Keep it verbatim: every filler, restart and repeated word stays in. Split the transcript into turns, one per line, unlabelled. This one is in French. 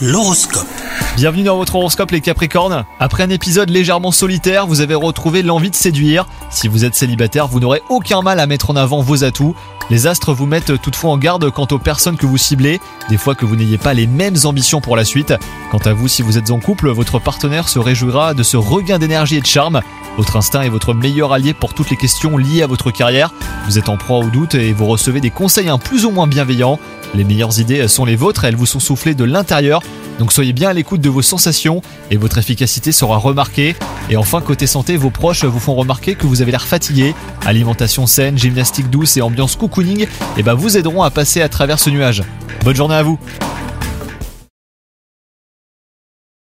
L'horoscope.
Bienvenue dans votre horoscope les Capricornes. Après un épisode légèrement solitaire, vous avez retrouvé l'envie de séduire. Si vous êtes célibataire, vous n'aurez aucun mal à mettre en avant vos atouts. Les astres vous mettent toutefois en garde quant aux personnes que vous ciblez, des fois que vous n'ayez pas les mêmes ambitions pour la suite. Quant à vous, si vous êtes en couple, votre partenaire se réjouira de ce regain d'énergie et de charme. Votre instinct est votre meilleur allié pour toutes les questions liées à votre carrière. Vous êtes en proie au doute et vous recevez des conseils un plus ou moins bienveillants. Les meilleures idées sont les vôtres, elles vous sont soufflées de l'intérieur. Donc soyez bien à l'écoute de vos sensations et votre efficacité sera remarquée. Et enfin, côté santé, vos proches vous font remarquer que vous avez l'air fatigué. Alimentation saine, gymnastique douce et ambiance cocooning eh ben vous aideront à passer à travers ce nuage. Bonne journée à vous.